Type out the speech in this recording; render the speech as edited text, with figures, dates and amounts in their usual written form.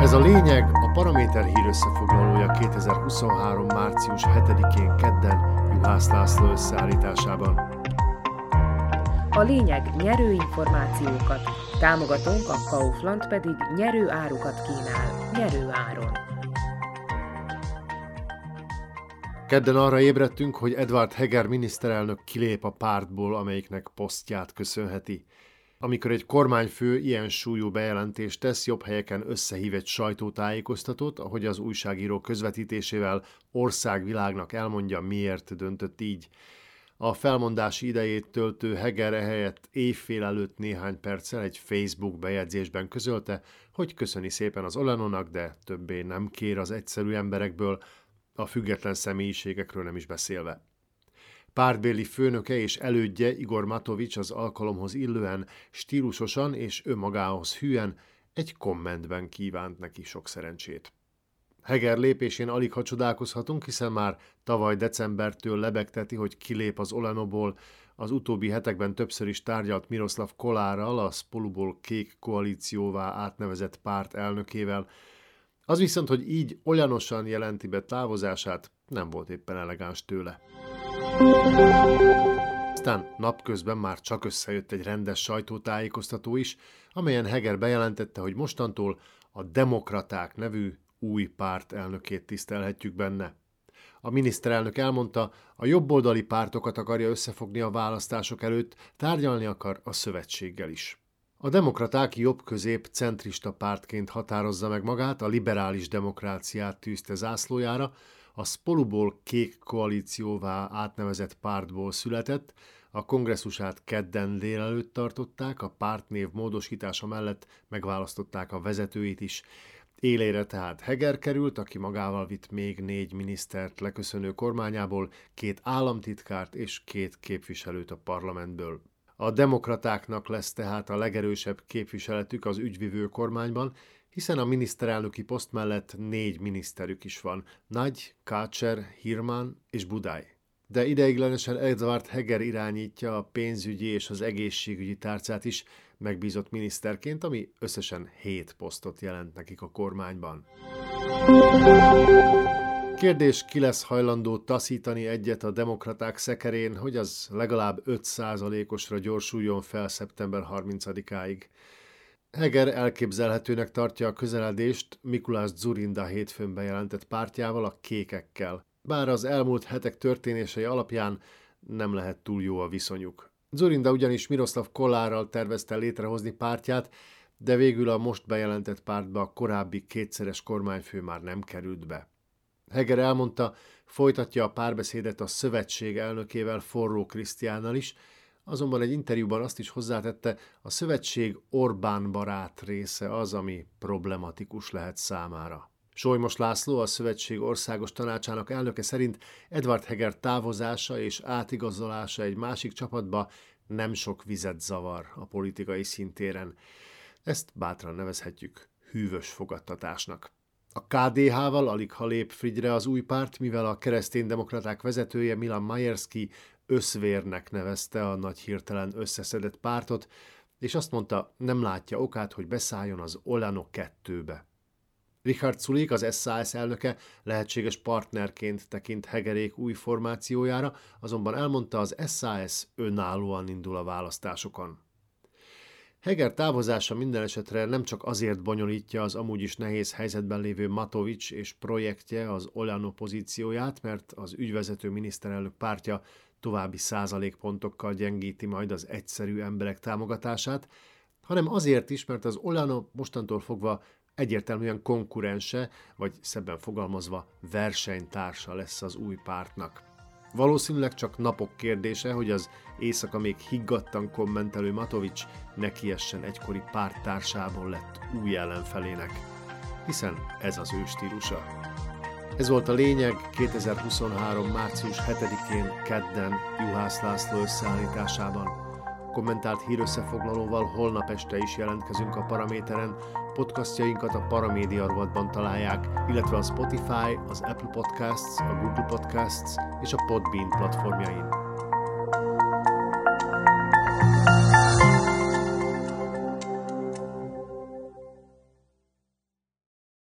Ez a lényeg, a Paraméter hír összefoglalója 2023. március 7-én kedden Juhász László összeállításában. A lényeg nyerő információkat, támogatónk a Kaufland pedig nyerő árukat kínál, nyerő áron. Kedden arra ébredtünk, hogy Edward Heger miniszterelnök kilép a pártból, amelyiknek posztját köszönheti. Amikor egy kormányfő ilyen súlyú bejelentést tesz, jobb helyeken összehív egy sajtótájékoztatót, ahogy az újságíró közvetítésével országvilágnak elmondja, miért döntött így. A felmondási idejét töltő Heger ehelyett évfél előtt néhány perccel egy Facebook bejegyzésben közölte, hogy köszöni szépen az Olanonak, de többé nem kér az egyszerű emberekből, a független személyiségekről nem is beszélve. Pártbéli főnöke és elődje Igor Matovics az alkalomhoz illően, stílusosan és önmagához hűen egy kommentben kívánt neki sok szerencsét. Heger lépésén aligha csodálkozhatunk, hiszen már tavaly decembertől lebegteti, hogy kilép az Olanoból, az utóbbi hetekben többször is tárgyalt Miroslav Kolárral, a Spoluból kék koalícióvá átnevezett párt elnökével. Az viszont, hogy így olyanosan jelenti be távozását, nem volt éppen elegáns tőle. Aztán napközben már csak összejött egy rendes sajtótájékoztató is, amelyen Heger bejelentette, hogy mostantól a Demokraták nevű új párt elnökét tisztelhetjük benne. A miniszterelnök elmondta, a jobboldali pártokat akarja összefogni a választások előtt, tárgyalni akar a szövetséggel is. A Demokraták jobb-közép centrista pártként határozza meg magát, a liberális demokráciát tűzte zászlójára, a Spoluból kék koalícióvá átnevezett pártból született, a kongresszusát kedden délelőtt tartották, a pártnév módosítása mellett megválasztották a vezetőit is. Élére tehát Heger került, aki magával vitt még 4 minisztert leköszönő kormányából, 2 államtitkárt és 2 képviselőt a parlamentből. A demokratáknak lesz tehát a legerősebb képviseletük az ügyvivő kormányban, hiszen a miniszterelnöki poszt mellett 4 miniszterük is van, Nagy, Kácser, Hirman és Buday. De ideiglenesen Edward Heger irányítja a pénzügyi és az egészségügyi tárcát is, megbízott miniszterként, ami összesen 7 posztot jelent nekik a kormányban. Kérdés, ki lesz hajlandó taszítani egyet a demokraták szekerén, hogy az legalább 5%-osra gyorsuljon fel szeptember 30-áig. Heger elképzelhetőnek tartja a közeledést Mikuláš Dzurinda hétfőn bejelentett pártjával, a Kékekkel. Bár az elmúlt hetek történései alapján nem lehet túl jó a viszonyuk. Dzurinda ugyanis Miroslav Kolárral tervezte létrehozni pártját, de végül a most bejelentett pártba a korábbi 2-szeres kormányfő már nem került be. Heger elmondta, folytatja a párbeszédet a szövetség elnökével, Forró Krisztiánnal is, azonban egy interjúban azt is hozzátette, a szövetség Orbán barát része az, ami problematikus lehet számára. Solymos László, a szövetség országos tanácsának elnöke szerint Edward Heger távozása és átigazolása egy másik csapatba nem sok vizet zavar a politikai szintéren. Ezt bátran nevezhetjük hűvös fogadtatásnak. A KDH-val aligha lép frigyre az új párt, mivel a kereszténydemokraták vezetője Milan Majerski összvérnek nevezte a nagy hirtelen összeszedett pártot, és azt mondta, nem látja okát, hogy beszálljon az Olano 2-be. Richard Sulík, az SZSZ elnöke lehetséges partnerként tekint Hegerék új formációjára, azonban elmondta, az SZSZ önállóan indul a választásokon. Heger távozása minden esetre nem csak azért bonyolítja az amúgy is nehéz helyzetben lévő Matovics és projektje az Olano pozícióját, mert az ügyvezető miniszterelnök pártja további százalékpontokkal gyengíti majd az egyszerű emberek támogatását, hanem azért is, mert az Olano mostantól fogva egyértelműen konkurense, vagy szebben fogalmazva versenytársa lesz az új pártnak. Valószínűleg csak napok kérdése, hogy az éjszaka még higgadtan kommentelő Matovics nekiessen egykori párttársából lett új ellenfelének, hiszen ez az ő stílusa. Ez volt a lényeg 2023. március 7-én kedden Juhász László összeállításában. Kommentált hírösszefoglalóval holnap este is jelentkezünk a Paraméteren, podcastjainkat a Paramédia rovatban találják, illetve a Spotify, az Apple Podcasts, a Google Podcasts és a Podbean platformjain.